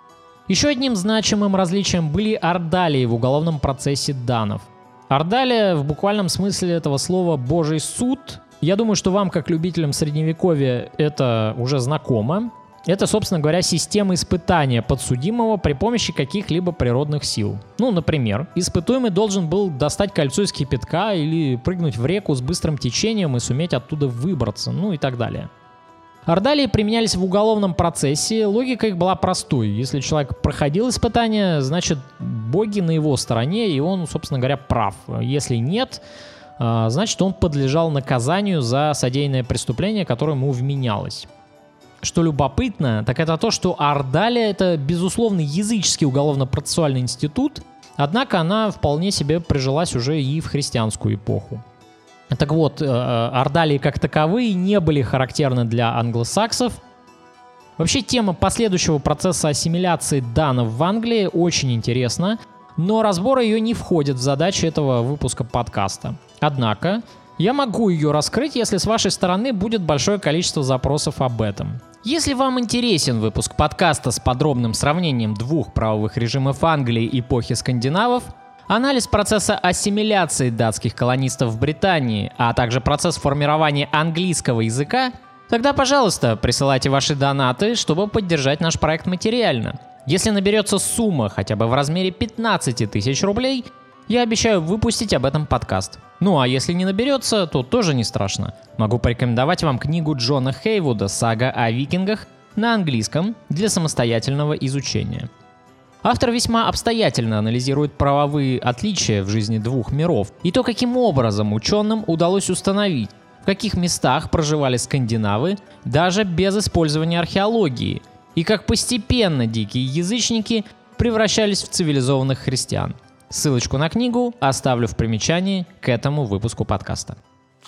Еще одним значимым различием были ордалии в уголовном процессе данов. Ордалия в буквальном смысле этого слова «божий суд». Я думаю, что вам, как любителям средневековья, это уже знакомо. Это, собственно говоря, система испытания подсудимого при помощи каких-либо природных сил. Ну, например, испытуемый должен был достать кольцо из кипятка или прыгнуть в реку с быстрым течением и суметь оттуда выбраться, ну и так далее. Ордалии применялись в уголовном процессе, логика их была простой. Если человек проходил испытание, значит, боги на его стороне, и он, собственно говоря, прав. Если нет, значит, он подлежал наказанию за содеянное преступление, которое ему вменялось. Что любопытно, так это то, что ордалия — это, безусловно, языческий уголовно-процессуальный институт, однако она вполне себе прижилась уже и в христианскую эпоху. Так вот, ордалии как таковые не были характерны для англосаксов. Вообще, тема последующего процесса ассимиляции данов в Англии очень интересна, но разбор ее не входит в задачи этого выпуска подкаста. Однако, я могу ее раскрыть, если с вашей стороны будет большое количество запросов об этом. Если вам интересен выпуск подкаста с подробным сравнением двух правовых режимов Англии эпохи скандинавов, анализ процесса ассимиляции датских колонистов в Британии, а также процесс формирования английского языка, тогда, пожалуйста, присылайте ваши донаты, чтобы поддержать наш проект материально. Если наберется сумма хотя бы в размере пятнадцать тысяч рублей, я обещаю выпустить об этом подкаст. Ну а если не наберется, то тоже не страшно. Могу порекомендовать вам книгу Джона Хейвуда «Сага о викингах» на английском для самостоятельного изучения. Автор весьма обстоятельно анализирует правовые отличия в жизни двух миров и то, каким образом ученым удалось установить, в каких местах проживали скандинавы даже без использования археологии, и как постепенно дикие язычники превращались в цивилизованных христиан. Ссылочку на книгу оставлю в примечании к этому выпуску подкаста.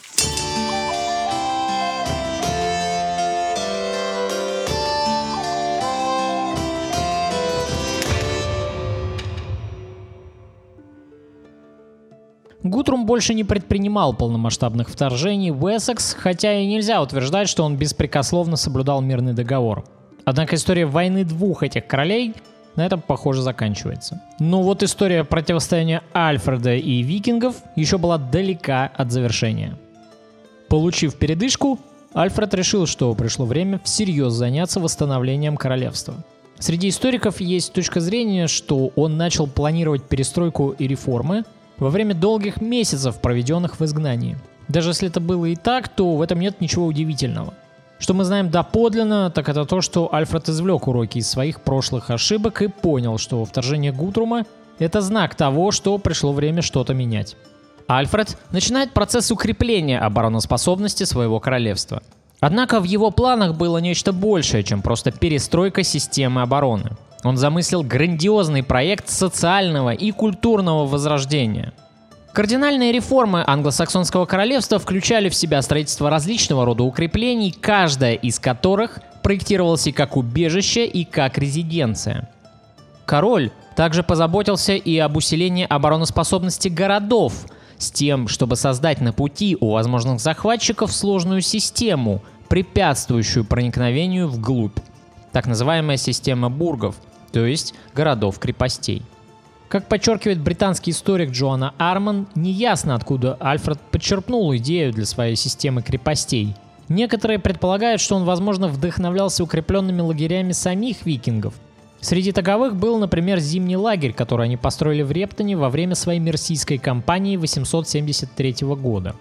Гутрум больше не предпринимал полномасштабных вторжений в Эссекс, хотя и нельзя утверждать, что он беспрекословно соблюдал мирный договор. Однако история войны двух этих королей на этом, похоже, заканчивается. Но вот история противостояния Альфреда и викингов еще была далека от завершения. Получив передышку, Альфред решил, что пришло время всерьез заняться восстановлением королевства. Среди историков есть точка зрения, что он начал планировать перестройку и реформы во время долгих месяцев, проведенных в изгнании. Даже если это было и так, то в этом нет ничего удивительного. Что мы знаем доподлинно, так это то, что Альфред извлек уроки из своих прошлых ошибок и понял, что вторжение Гутрума – это знак того, что пришло время что-то менять. Альфред начинает процесс укрепления обороноспособности своего королевства. Однако в его планах было нечто большее, чем просто перестройка системы обороны. Он замыслил грандиозный проект социального и культурного возрождения. Кардинальные реформы англосаксонского королевства включали в себя строительство различного рода укреплений, каждая из которых проектировалась и как убежище, и как резиденция. Король также позаботился и об усилении обороноспособности городов, с тем, чтобы создать на пути у возможных захватчиков сложную систему, препятствующую проникновению вглубь. Так называемая система бургов, то есть городов-крепостей. Как подчеркивает британский историк Джоанна Арман, неясно, откуда Альфред подчерпнул идею для своей системы крепостей. Некоторые предполагают, что он, возможно, вдохновлялся укрепленными лагерями самих викингов. Среди таковых был, например, зимний лагерь, который они построили в Рептоне во время своей мерсийской кампании восемьсот семьдесят третьего года.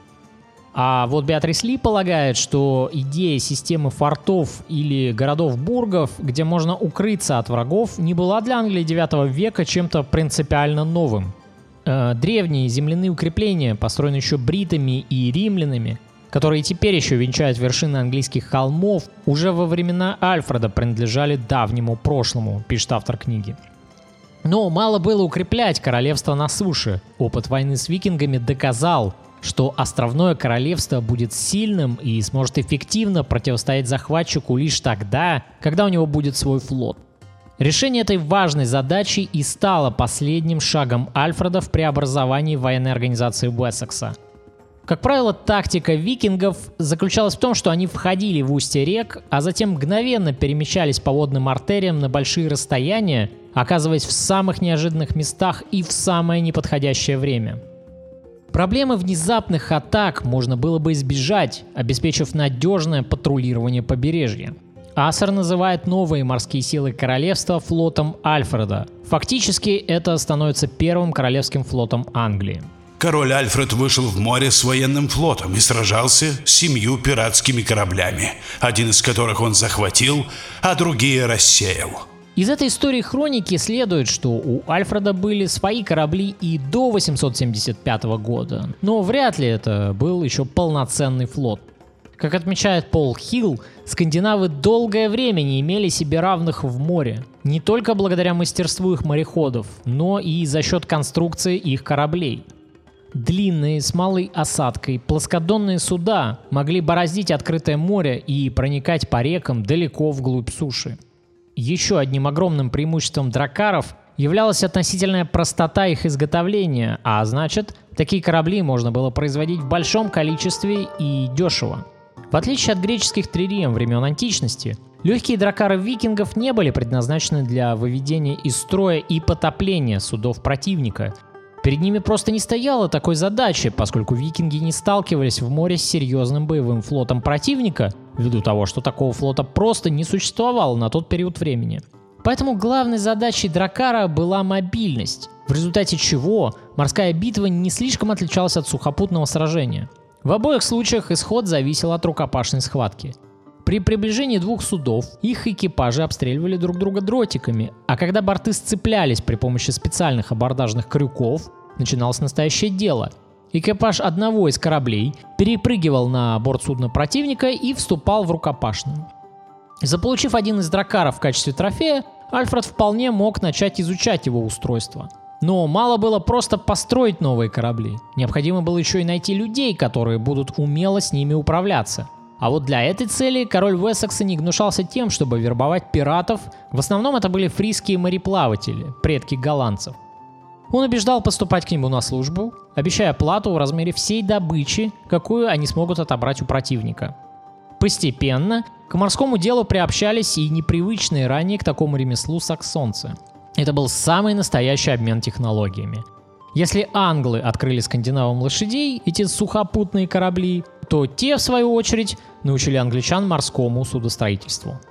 А вот Беатрис Ли полагает, что идея системы фортов или городов-бургов, где можно укрыться от врагов, не была для Англии девятого века чем-то принципиально новым. Э, древние земляные укрепления, построенные еще бритами и римлянами, которые теперь еще венчают вершины английских холмов, уже во времена Альфреда принадлежали давнему прошлому, пишет автор книги. Но мало было укреплять королевство на суше. Опыт войны с викингами доказал, что островное королевство будет сильным и сможет эффективно противостоять захватчику лишь тогда, когда у него будет свой флот. Решение этой важной задачи и стало последним шагом Альфреда в преобразовании военной организации Уэссекса. Как правило, тактика викингов заключалась в том, что они входили в устья рек, а затем мгновенно перемещались по водным артериям на большие расстояния, оказываясь в самых неожиданных местах и в самое неподходящее время. Проблемы внезапных атак можно было бы избежать, обеспечив надежное патрулирование побережья. Ассер называет новые морские силы королевства флотом Альфреда. Фактически это становится первым королевским флотом Англии. Король Альфред вышел в море с военным флотом и сражался с семью пиратскими кораблями, один из которых он захватил, а другие рассеял. Из этой истории хроники следует, что у Альфреда были свои корабли и до восемьсот семьдесят пятого года, но вряд ли это был еще полноценный флот. Как отмечает Пол Хилл, скандинавы долгое время не имели себе равных в море, не только благодаря мастерству их мореходов, но и за счет конструкции их кораблей. Длинные, с малой осадкой, плоскодонные суда могли бороздить открытое море и проникать по рекам далеко вглубь суши. Еще одним огромным преимуществом дракаров являлась относительная простота их изготовления, а значит, такие корабли можно было производить в большом количестве и дешево. В отличие от греческих трирем времен античности, легкие дракары викингов не были предназначены для выведения из строя и потопления судов противника. Перед ними просто не стояло такой задачи, поскольку викинги не сталкивались в море с серьезным боевым флотом противника, ввиду того, что такого флота просто не существовало на тот период времени. Поэтому главной задачей дракара была мобильность, в результате чего морская битва не слишком отличалась от сухопутного сражения. В обоих случаях исход зависел от рукопашной схватки. При приближении двух судов их экипажи обстреливали друг друга дротиками, а когда борты сцеплялись при помощи специальных абордажных крюков, начиналось настоящее дело. Экипаж одного из кораблей перепрыгивал на борт судна противника и вступал в рукопашную. Заполучив один из дракаров в качестве трофея, Альфред вполне мог начать изучать его устройство. Но мало было просто построить новые корабли. Необходимо было еще и найти людей, которые будут умело с ними управляться. А вот для этой цели король Уэссекса не гнушался тем, чтобы вербовать пиратов. В основном это были фриские мореплаватели, предки голландцев. Он убеждал поступать к нему на службу, обещая плату в размере всей добычи, какую они смогут отобрать у противника. Постепенно к морскому делу приобщались и непривычные ранее к такому ремеслу саксонцы. Это был самый настоящий обмен технологиями. Если англы открыли скандинавам лошадей, эти сухопутные корабли, то те, в свою очередь, научили англичан морскому судостроительству.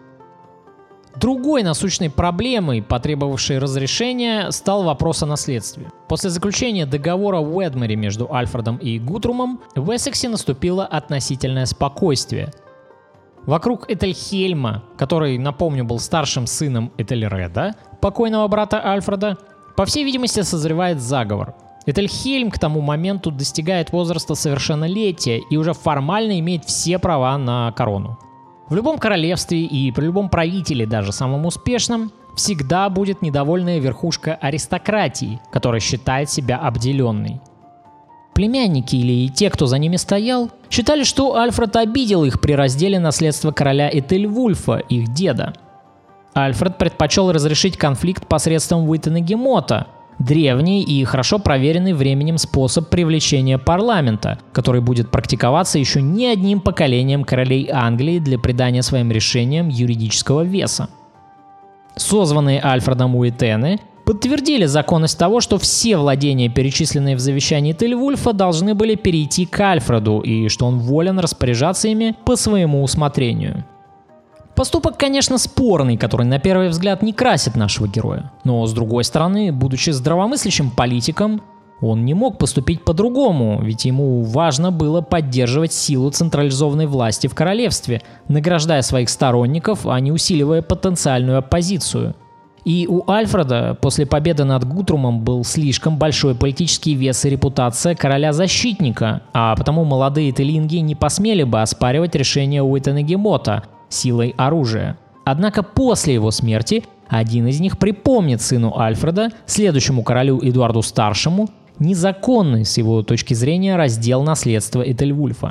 Другой насущной проблемой, потребовавшей разрешения, стал вопрос о наследстве. После заключения договора в Уэдморе между Альфредом и Гутрумом в Эссексе наступило относительное спокойствие. Вокруг Этельхельма, который, напомню, был старшим сыном Этельреда, покойного брата Альфреда, по всей видимости, созревает заговор. Этельхельм к тому моменту достигает возраста совершеннолетия и уже формально имеет все права на корону. В любом королевстве и при любом правителе, даже самом успешном, всегда будет недовольная верхушка аристократии, которая считает себя обделенной. Племянники или те, кто за ними стоял, считали, что Альфред обидел их при разделе наследства короля Этельвульфа, их деда. Альфред предпочел разрешить конфликт посредством Уиттенегемота, древний и хорошо проверенный временем способ привлечения парламента, который будет практиковаться еще не одним поколением королей Англии для придания своим решениям юридического веса. Созванные Альфредом Уиттены подтвердили законность того, что все владения, перечисленные в завещании Тельвульфа, должны были перейти к Альфреду и что он волен распоряжаться ими по своему усмотрению. Поступок, конечно, спорный, который на первый взгляд не красит нашего героя. Но, с другой стороны, будучи здравомыслящим политиком, он не мог поступить по-другому, ведь ему важно было поддерживать силу централизованной власти в королевстве, награждая своих сторонников, а не усиливая потенциальную оппозицию. И у Альфреда после победы над Гутрумом был слишком большой политический вес и репутация короля-защитника, а потому молодые телинги не посмели бы оспаривать решение Уитенегемота силой оружия. Однако после его смерти один из них припомнит сыну Альфреда, следующему королю Эдуарду Старшему, незаконный с его точки зрения раздел наследства Этельвульфа.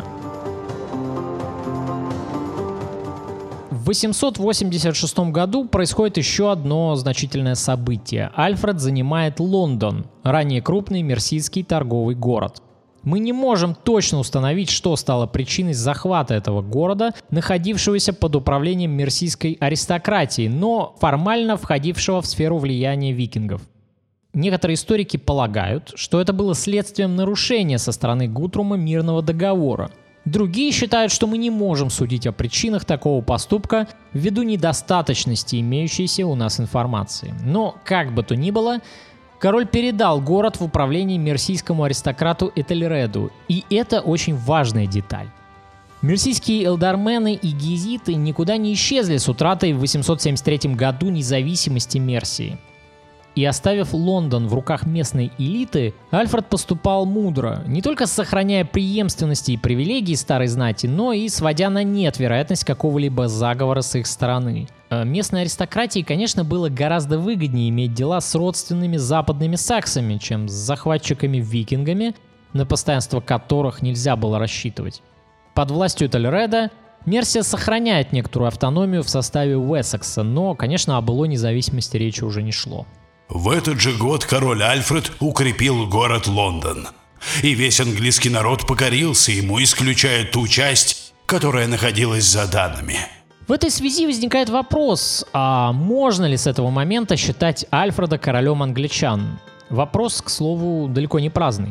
В восемьсот восемьдесят шестом году происходит еще одно значительное событие. Альфред занимает Лондон, ранее крупный мерсийский торговый город. Мы не можем точно установить, что стало причиной захвата этого города, находившегося под управлением мерсийской аристократии, но формально входившего в сферу влияния викингов. Некоторые историки полагают, что это было следствием нарушения со стороны Гутрума мирного договора. Другие считают, что мы не можем судить о причинах такого поступка ввиду недостаточности имеющейся у нас информации. Но, как бы то ни было, король передал город в управление мерсийскому аристократу Этельреду, и это очень важная деталь. Мерсийские элдармены и гезиты никуда не исчезли с утратой в восемьсот семьдесят третьем году независимости Мерсии. И оставив Лондон в руках местной элиты, Альфред поступал мудро, не только сохраняя преемственности и привилегии старой знати, но и сводя на нет вероятность какого-либо заговора с их стороны. Местной аристократии, конечно, было гораздо выгоднее иметь дела с родственными западными саксами, чем с захватчиками-викингами, на постоянство которых нельзя было рассчитывать. Под властью Этельреда Мерсия сохраняет некоторую автономию в составе Уэссекса, но, конечно, о былой независимости речи уже не шло. В этот же год король Альфред укрепил город Лондон, и весь английский народ покорился ему, исключая ту часть, которая находилась за Данами. В этой связи возникает вопрос, а можно ли с этого момента считать Альфреда королем англичан? Вопрос, к слову, далеко не праздный.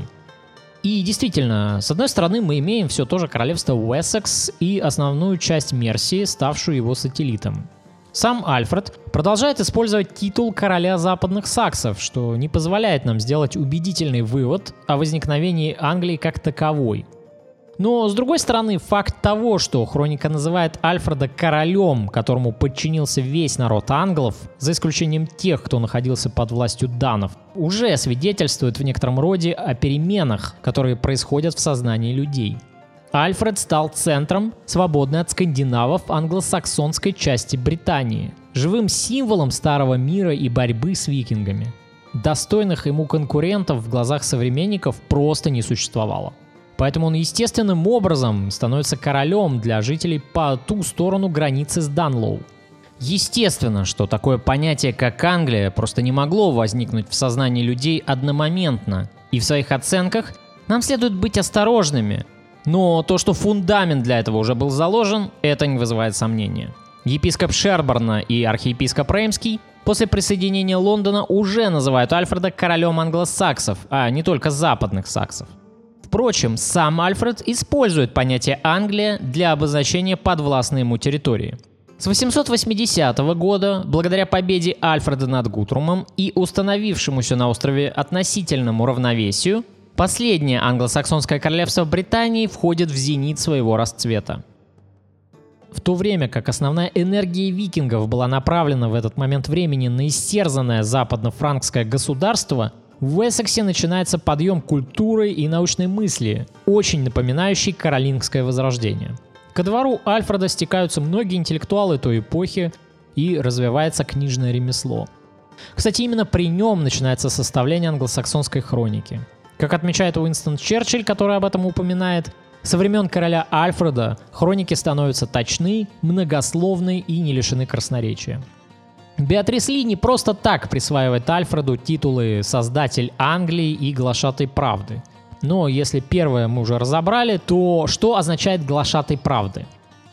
И действительно, с одной стороны, мы имеем все то же королевство Уэссекс и основную часть Мерсии, ставшую его сателлитом. Сам Альфред продолжает использовать титул короля западных саксов, что не позволяет нам сделать убедительный вывод о возникновении Англии как таковой. Но, с другой стороны, факт того, что хроника называет Альфреда королем, которому подчинился весь народ англов, за исключением тех, кто находился под властью данов, уже свидетельствует в некотором роде о переменах, которые происходят в сознании людей. Альфред стал центром, свободной от скандинавов, англосаксонской части Британии, живым символом старого мира и борьбы с викингами. Достойных ему конкурентов в глазах современников просто не существовало. Поэтому он естественным образом становится королем для жителей по ту сторону границы с Данлоу. Естественно, что такое понятие, как Англия, просто не могло возникнуть в сознании людей одномоментно, и в своих оценках нам следует быть осторожными. Но то, что фундамент для этого уже был заложен, это не вызывает сомнения. Епископ Шерборна и архиепископ Реймский после присоединения Лондона уже называют Альфреда королем англосаксов, а не только западных саксов. Впрочем, сам Альфред использует понятие «Англия» для обозначения подвластной ему территории. С восемьсот восьмидесятого года, благодаря победе Альфреда над Гутрумом и установившемуся на острове относительному равновесию, последнее англосаксонское королевство Британии входит в зенит своего расцвета. В то время как основная энергия викингов была направлена в этот момент времени на истерзанное западно-франкское государство, в Уэссексе начинается подъем культуры и научной мысли, очень напоминающий каролингское возрождение. Ко двору Альфреда стекаются многие интеллектуалы той эпохи, и развивается книжное ремесло. Кстати, именно при нем начинается составление англосаксонской хроники. Как отмечает Уинстон Черчилль, который об этом упоминает, со времен короля Альфреда хроники становятся точны, многословны и не лишены красноречия. Беатрис Ли не просто так присваивает Альфреду титулы «Создатель Англии» и «Глашатай правды». Но если первое мы уже разобрали, то что означает «глашатай правды»?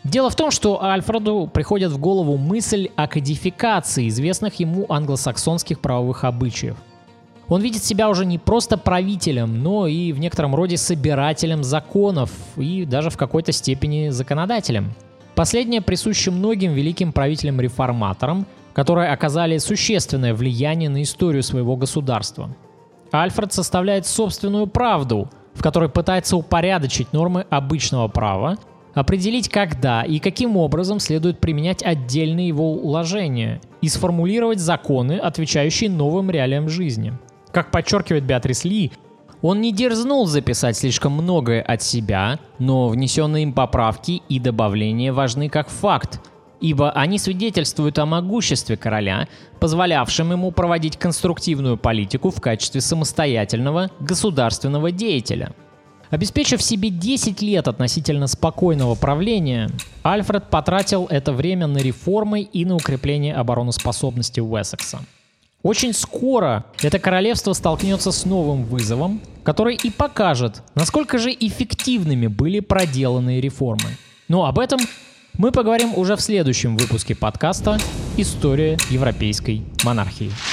Дело в том, что Альфреду приходит в голову мысль о кодификации известных ему англосаксонских правовых обычаев. Он видит себя уже не просто правителем, но и в некотором роде собирателем законов и даже в какой-то степени законодателем. Последнее присуще многим великим правителям-реформаторам, которые оказали существенное влияние на историю своего государства. Альфред составляет собственную правду, в которой пытается упорядочить нормы обычного права, определить, когда и каким образом следует применять отдельные его уложения и сформулировать законы, отвечающие новым реалиям жизни. Как подчеркивает Беатрис Ли, он не дерзнул записать слишком многое от себя, но внесенные им поправки и добавления важны как факт, ибо они свидетельствуют о могуществе короля, позволявшем ему проводить конструктивную политику в качестве самостоятельного государственного деятеля. Обеспечив себе десять лет относительно спокойного правления, Альфред потратил это время на реформы и на укрепление обороноспособности Уэссекса. Очень скоро это королевство столкнется с новым вызовом, который и покажет, насколько же эффективными были проделанные реформы. Но об этом мы поговорим уже в следующем выпуске подкаста «История европейской монархии».